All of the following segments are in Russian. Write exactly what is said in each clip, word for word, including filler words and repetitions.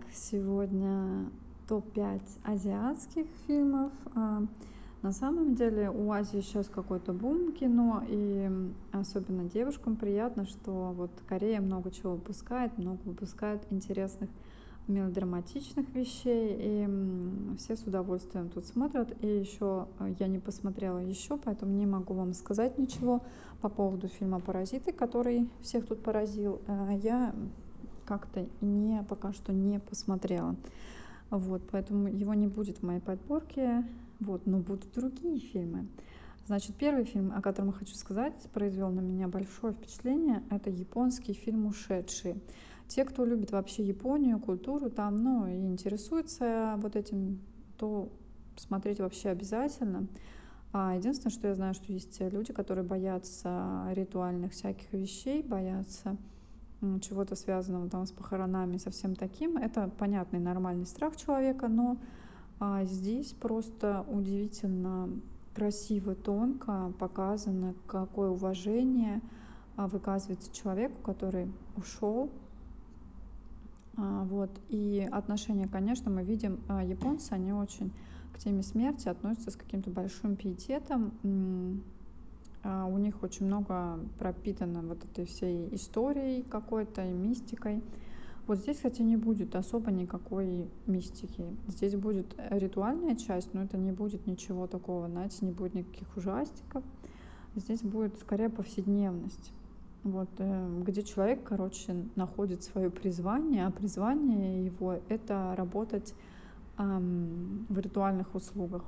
сегодня топ пять азиатских фильмов. А, На самом деле у Азии сейчас какой-то бум кино, и м, особенно девушкам приятно, что вот Корея много чего выпускает, много выпускает интересных мелодраматичных вещей, и м, все с удовольствием тут смотрят. И еще э, я не посмотрела еще, поэтому не могу вам сказать ничего по поводу фильма «Паразиты», который всех тут поразил. Э, Я как-то не, пока что не посмотрела. Вот, поэтому его не будет в моей подборке. Вот, но будут другие фильмы. Значит, первый фильм, о котором я хочу сказать, произвел на меня большое впечатление. Это японский фильм «Ушедшие». Те, кто любит вообще Японию, культуру там, ну, и интересуется вот этим, то смотреть вообще обязательно. А единственное, что я знаю, что есть люди, которые боятся ритуальных всяких вещей, боятся м, чего-то связанного там с похоронами, со всем таким. Это понятный, нормальный страх человека, но а, здесь просто удивительно красиво, тонко показано, какое уважение а, выказывается человеку, который ушел. А, Вот. И отношения, конечно, мы видим, а, японцы, они очень к теме смерти относятся с каким-то большим пиететом. М, а, У них очень много пропитано вот этой всей историей какой-то и мистикой. Вот здесь, кстати, не будет особо никакой мистики. Здесь будет э, ритуальная часть, но это не будет ничего такого, знаете, не будет никаких ужастиков. Здесь будет скорее повседневность. Вот, э, где человек, короче, находит свое призвание, а призвание его — это работать ам, в ритуальных услугах.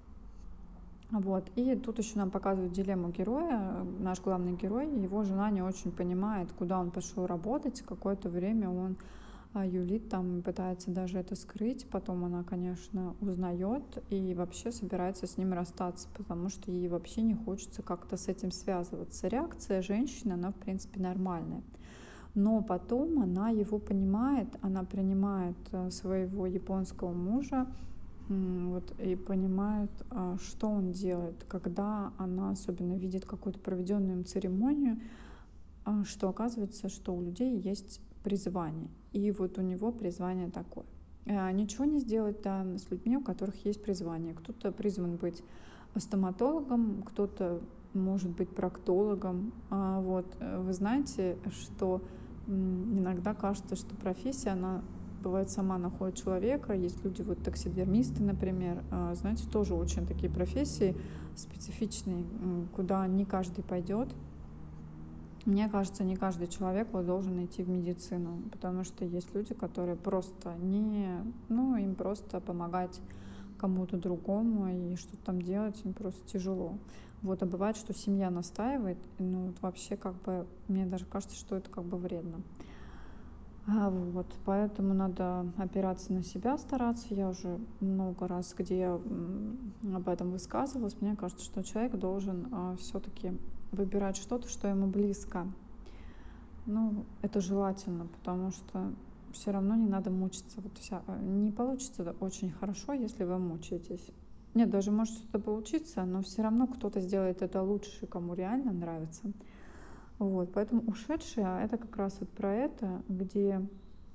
Вот. И тут еще нам показывают дилемму героя. Наш главный герой, его жена не очень понимает, куда он пошел работать. Какое-то время он а, юлит, там пытается даже это скрыть. Потом она, конечно, узнает и вообще собирается с ним расстаться, потому что ей вообще не хочется как-то с этим связываться. Реакция женщины, она, в принципе, нормальная. Но потом она его понимает, она принимает э, своего японского мужа, м, вот, и понимает, а, что он делает, когда она особенно видит какую-то проведенную им церемонию, а, что оказывается, что у людей есть призвание. И вот у него призвание такое. А, Ничего не сделать, да, с людьми, у которых есть призвание. Кто-то призван быть стоматологом, кто-то может быть проктологом. А, Вот. э, Вы знаете, что м, иногда кажется, что профессия, она бывает сама находит человека. Есть люди, вот таксидермисты, например, а, знаете, тоже очень такие профессии специфичные, м, куда не каждый пойдет. Мне кажется, не каждый человек вот должен идти в медицину, потому что есть люди, которые просто не, ну, им просто помогать кому-то другому и что-то там делать, им просто тяжело. Вот, а бывает, что семья настаивает, и, ну, вот вообще как бы, мне даже кажется, что это как бы вредно. А, Вот, поэтому надо опираться на себя, стараться. Я уже много раз, где я м, об этом высказывалась, мне кажется, что человек должен все-таки выбирать что-то, что ему близко. Ну, это желательно, потому что все равно не надо мучиться. Вот вся, э, не получится это очень хорошо, если вы мучаетесь. Нет, даже может что-то получиться, но все равно кто-то сделает это лучше, кому реально нравится. Вот, поэтому ушедшие, а это как раз вот про это, где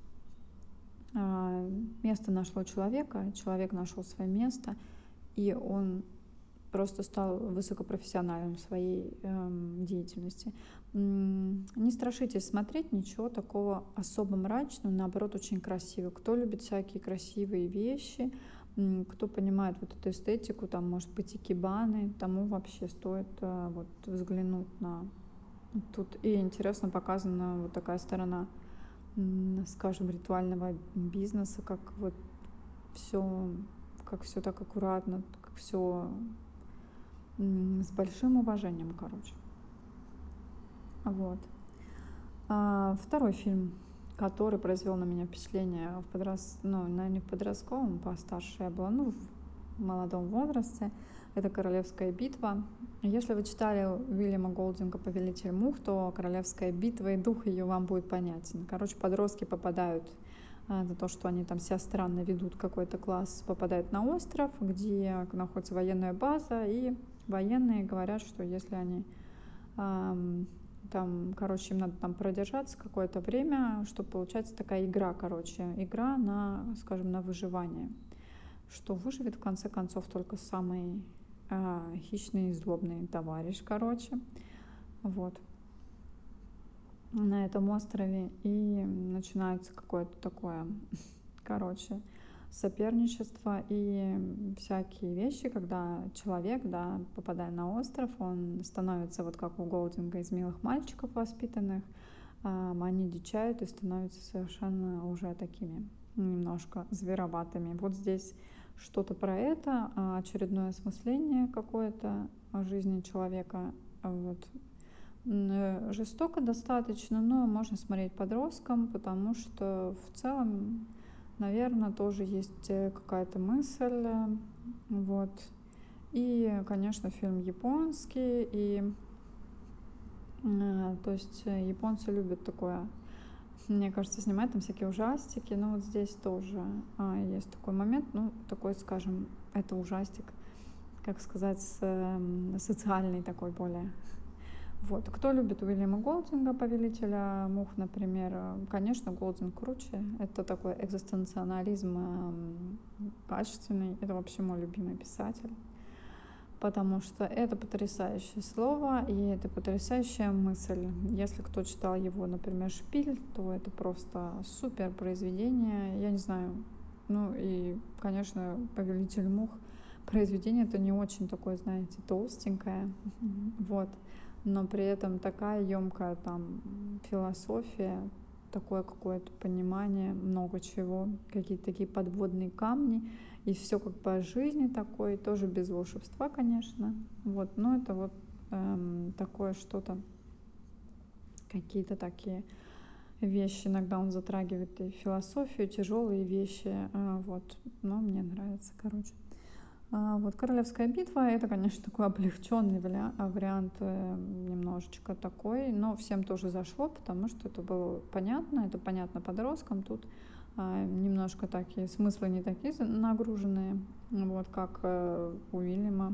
а, место нашло человека, человек нашел свое место, и он просто стал высокопрофессиональным в своей эм, деятельности. М, Не страшитесь смотреть, ничего такого особо мрачного, наоборот, очень красиво. Кто любит всякие красивые вещи, м, кто понимает вот эту эстетику, там, может быть, икебаны, тому вообще стоит э, вот взглянуть на тут. И интересно показана вот такая сторона, м, скажем, ритуального бизнеса, как вот все, как все так аккуратно, как все с большим уважением, короче. Вот. А, второй фильм, который произвел на меня впечатление в подрос... ну, наверное, не в подростковом, постарше я была, ну, в молодом возрасте, это «Королевская битва». Если вы читали Уильяма Голдинга «Повелитель мух», то «Королевская битва» и дух ее вам будет понятен. Короче, подростки попадают а, за то, что они там себя странно ведут, какой-то класс, попадают на остров, где находится военная база, и военные говорят, что если они ам, там, короче, им надо там продержаться какое-то время, чтобы получается такая игра, короче, игра на, скажем, на выживание, что выживет в конце концов только самый э, хищный и злобный товарищ, короче, вот, на этом острове, и начинается какое-то такое, короче, соперничество и всякие вещи, когда человек, да, попадая на остров, он становится вот как у Голдинга из «Милых мальчиков» воспитанных, они дичают и становятся совершенно уже такими немножко звероватыми. Вот здесь что-то про это, очередное осмысление какое-то жизни человека. Вот. Жестоко достаточно, но можно смотреть подросткам, потому что в целом, наверное, тоже есть какая-то мысль. Вот. И, конечно, фильм японский, и то есть японцы любят такое, мне кажется, снимать там всякие ужастики, но вот здесь тоже а, есть такой момент, ну, такой, скажем, это ужастик, как сказать, социальный такой более. Вот. Кто любит Уильяма Голдинга, «Повелителя мух», например, конечно, Голдинг круче. Это такой экзистенциализм качественный. Это вообще мой любимый писатель, потому что это потрясающее слово и это потрясающая мысль. Если кто читал его, например, «Шпиль», то это просто супер произведение. Я не знаю, ну и, конечно, «Повелитель мух». Произведение это не очень такое, знаете, толстенькое, вот, но при этом такая емкая там философия, такое какое-то понимание, много чего, какие-то такие подводные камни, и все как по жизни такой, тоже без волшебства, конечно, вот, но это вот эм, такое что-то, какие-то такие вещи, иногда он затрагивает и философию, тяжелые вещи, э, вот, но мне нравится, короче. Вот «Королевская битва» — это, конечно, такой облегченный вариант, немножечко такой, но всем тоже зашло, потому что это было понятно, это понятно подросткам. Тут немножко такие смыслы не такие нагруженные, вот, как у Уильяма.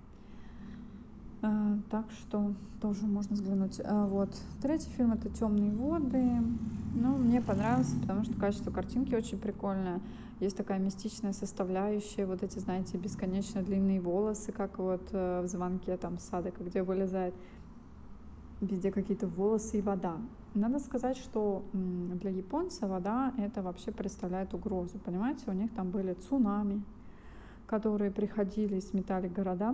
Так что тоже можно взглянуть. Вот. Третий фильм — это «Темные воды». Ну, мне понравился, потому что качество картинки очень прикольное. Есть такая мистичная составляющая, вот эти, знаете, бесконечно длинные волосы, как вот в «Звонке» там Садека, где вылезает везде какие-то волосы и вода. Надо сказать, что для японца вода это вообще представляет угрозу. Понимаете, у них там были цунами, которые приходили и сметали города.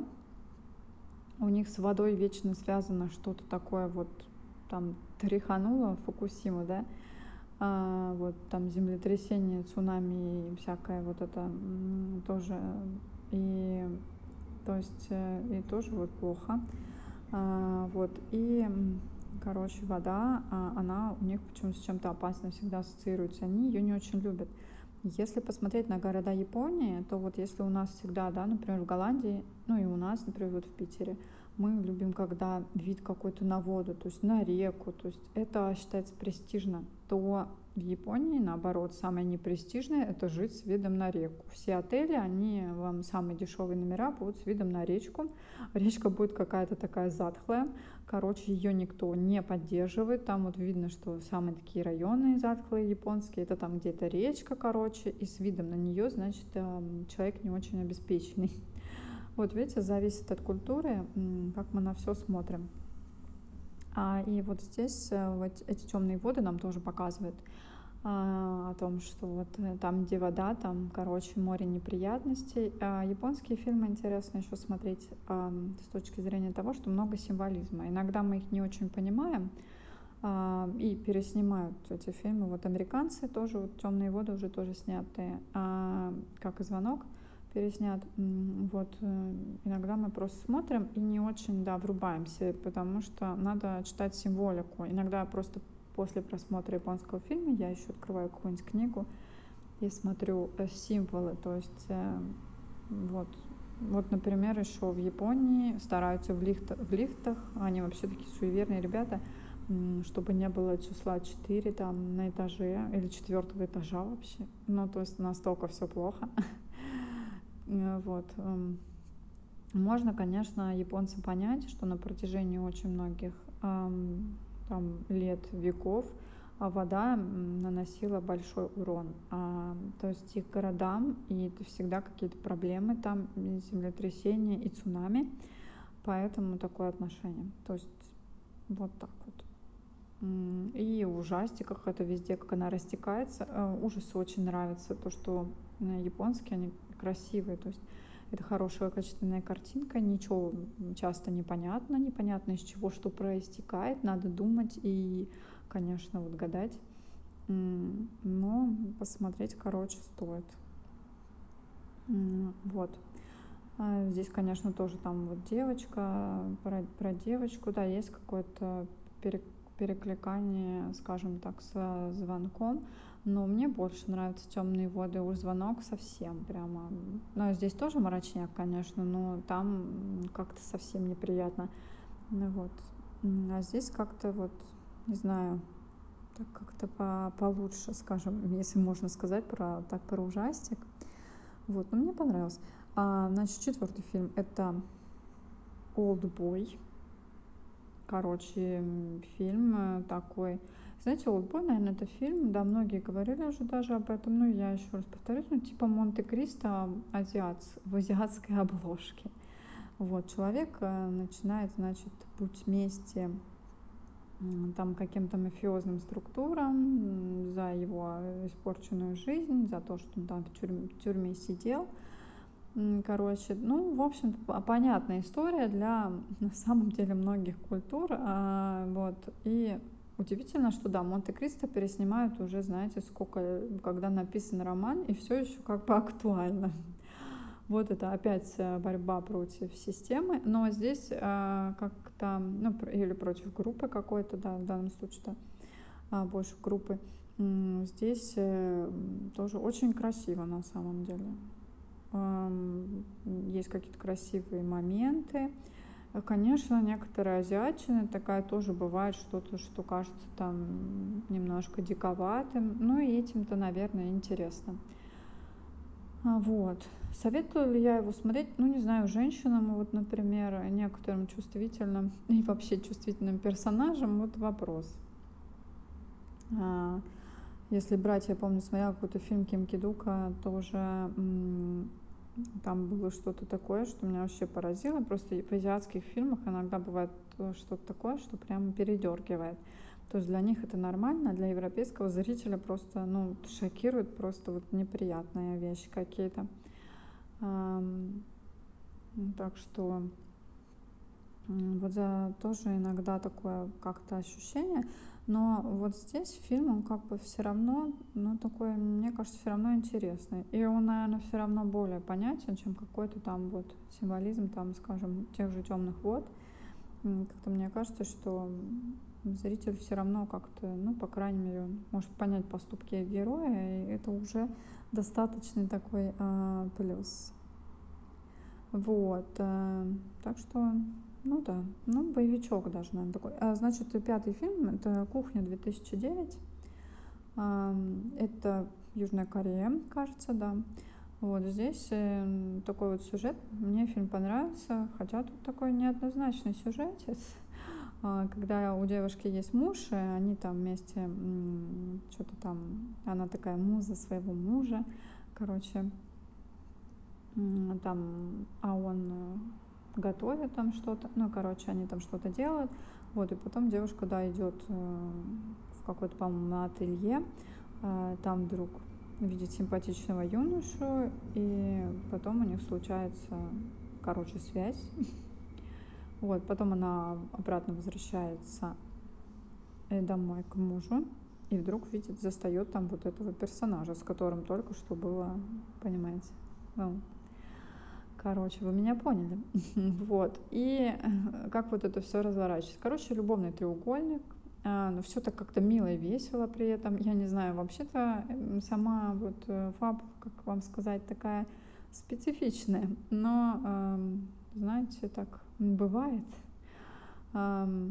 У них с водой вечно связано что-то такое, вот там тряхануло Фукусиму, да, а, вот там землетрясение, цунами и всякое вот это тоже, и то есть и тоже вот плохо, а, вот, и короче, вода, она у них почему-то с чем-то опасным всегда ассоциируется, они ее не очень любят. Если посмотреть на города Японии, то вот если у нас всегда, да, например, в Голландии, ну и у нас, например, вот в Питере, мы любим, когда вид какой-то на воду, то есть на реку, то есть это считается престижно, то в Японии, наоборот, самое непрестижное — это жить с видом на реку. Все отели, они вам самые дешевые номера будут с видом на речку. Речка будет какая-то такая затхлая. Короче, ее никто не поддерживает. Там вот видно, что самые такие районы затхлые японские, это там где-то речка, короче, и с видом на нее, значит, человек не очень обеспеченный. Вот видите, зависит от культуры, как мы на все смотрим. А, и вот здесь вот эти темные воды нам тоже показывают а, о том, что вот там, где вода, там, короче, море неприятностей. А японские фильмы интересно еще смотреть а, с точки зрения того, что много символизма. Иногда мы их не очень понимаем а, и переснимают эти фильмы. Вот американцы тоже, вот «Темные воды» уже тоже снятые, а, как и «Звонок» переснят. Вот иногда мы просто смотрим и не очень, да, врубаемся, потому что надо читать символику. Иногда просто после просмотра японского фильма я еще открываю какую-нибудь книгу и смотрю символы, то есть вот, вот, например, еще в Японии стараются в, лифт, в лифтах, они вообще такие суеверные ребята, чтобы не было числа четыре там на этаже или четвертого этажа вообще, ну то есть настолько все плохо. Вот. Можно, конечно, японцам понять, что на протяжении очень многих там лет, веков, а вода наносила большой урон. А, то есть их городам, и это всегда какие-то проблемы там, землетрясения и цунами, поэтому такое отношение. То есть вот так вот. И в ужастиках это везде, как она растекается. Ужасы очень нравятся, то, что японские, они красивые, то есть это хорошая качественная картинка, ничего часто непонятно, непонятно из чего что проистекает, надо думать и, конечно, вот гадать, но посмотреть, короче, стоит. Вот. Здесь, конечно, тоже там вот девочка, про, про девочку, да, есть какое-то перекликание, скажем так, с звонком, но мне больше нравятся темные воды, уж звонок совсем прямо. Но здесь тоже мрачняк, конечно, но там как-то совсем неприятно. Ну, вот. А здесь как-то вот, не знаю, так как-то по получше, скажем, если можно сказать про так про ужастик. Вот, но мне понравилось. А, значит, четвертый фильм — это «Олдбой». Короче, фильм такой. Знаете, «Олдбой», наверное, это фильм, да, многие говорили уже даже об этом, но я еще раз повторюсь, ну, типа «Монте-Кристо» азиат, в азиатской обложке. Вот, человек начинает, значит, путь мести там каким-то мафиозным структурам за его испорченную жизнь, за то, что он там в тюрьме, в тюрьме сидел. Короче, ну, в общем, понятная история для, на самом деле, многих культур. А, вот. И удивительно, что, да, «Монте-Кристо» переснимают уже, знаете, сколько, когда написан роман, и все еще как бы актуально. Вот это опять борьба против системы, но здесь а, как-то, ну, или против группы какой-то, да, в данном случае-то а, больше группы. Здесь э, тоже очень красиво на самом деле. Есть какие-то красивые моменты. Конечно, некоторые азиатчины такая тоже бывает, что-то, что кажется там немножко диковатым, но и этим-то, наверное, интересно. Вот. Советую ли я его смотреть? Ну, не знаю, женщинам, вот, например, некоторым чувствительным и вообще чувствительным персонажам, вот вопрос. Если брать, я помню, смотрела какой-то фильм Ким Ки-дука, тоже там было что-то такое, что меня вообще поразило. Просто в азиатских фильмах иногда бывает что-то такое, что прямо передергивает. То есть для них это нормально, а для европейского зрителя просто, ну, шокирует просто вот неприятные вещи какие-то. Так что вот за тоже иногда такое как-то ощущение. Но вот здесь фильм, он как бы все равно, ну, такой, мне кажется, все равно интересный. И он, наверное, все равно более понятен, чем какой-то там вот символизм, там, скажем, тех же «Темных вод». Как-то мне кажется, что зритель все равно как-то, ну, по крайней мере, может понять поступки героя, и это уже достаточный такой а, плюс. Вот. А, так что... Ну да, ну боевичок даже, наверное, такой. А, значит, пятый фильм — это «Кухня» две тысячи девять. А, это Южная Корея, кажется, да. Вот здесь э, такой вот сюжет. Мне фильм понравился, хотя тут такой неоднозначный сюжетец. А, когда у девушки есть муж, и они там вместе м- что-то там, она такая муза своего мужа, короче, м- там, а он готовят там что-то, ну, короче, они там что-то делают, вот, и потом девушка, да, идет э, в какое-то, по-моему, ателье, э, там вдруг видит симпатичного юношу, и потом у них случается, короче, связь, вот, потом она обратно возвращается домой к мужу, и вдруг видит, застает там вот этого персонажа, с которым только что было, понимаете, ну, короче, вы меня поняли. Вот. И как вот это все разворачивается. Короче, любовный треугольник. А, но все так как-то мило и весело при этом. Я не знаю, вообще-то сама вот фаб, как вам сказать, такая специфичная. Но, эм, знаете, так бывает, эм,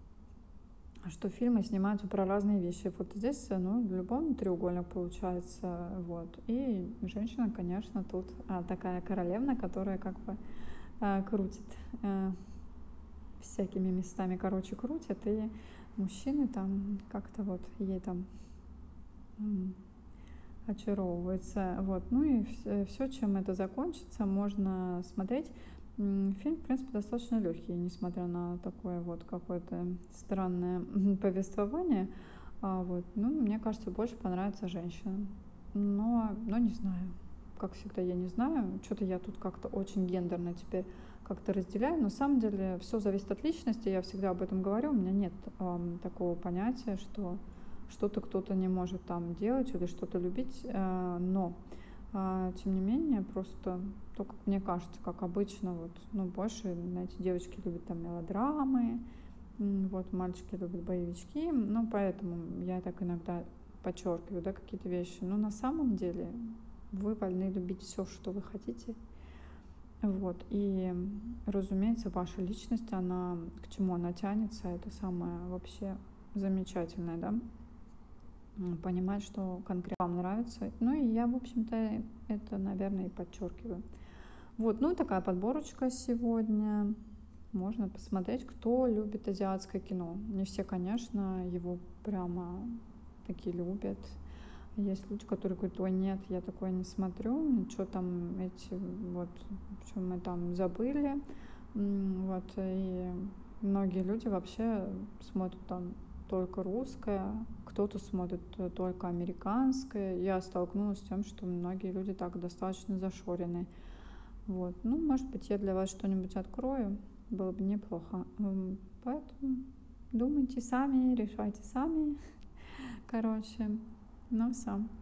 что фильмы снимаются про разные вещи. Вот здесь, ну, любовный треугольник получается. Вот. И женщина, конечно, тут а, такая королевна, которая как бы крутит э, всякими местами, короче, крутит и мужчины там как-то вот ей там м, очаровываются. Вот. Ну и все, чем это закончится, можно смотреть. М, Фильм, в принципе, достаточно легкий, несмотря на такое вот какое-то странное повествование. А, вот. Ну, мне кажется, больше понравится женщинам. Но, но не знаю. Как всегда, я не знаю. Что-то я тут как-то очень гендерно теперь как-то разделяю. На самом деле все зависит от личности. Я всегда об этом говорю. У меня нет ам, такого понятия, что что-то кто-то не может там делать или что-то любить. Э, но а, тем не менее, просто то, как мне кажется, как обычно, вот, ну, больше, знаете, девочки любят там мелодрамы, м, вот, мальчики любят боевички, ну, поэтому я так иногда подчеркиваю, да, какие-то вещи. Но на самом деле вы вольны любить все, что вы хотите. Вот, и, разумеется, ваша личность, она, к чему она тянется, это самое вообще замечательное, да, м, понимать, что конкретно вам нравится. Ну и я, в общем-то, это, наверное, и подчеркиваю. Вот, ну такая подборочка сегодня. Можно посмотреть, кто любит азиатское кино. Не все, конечно, его прямо такие любят. Есть люди, которые говорят: ой, нет, я такое не смотрю, ничего там эти, вот, что мы там забыли. М, Вот, и многие люди вообще смотрят там только русское, кто-то смотрит э, только американское. Я столкнулась с тем, что многие люди так достаточно зашорены. Вот, ну, может быть, я для вас что-нибудь открою, было бы неплохо. М, Поэтому думайте сами, решайте сами. Короче, ну все.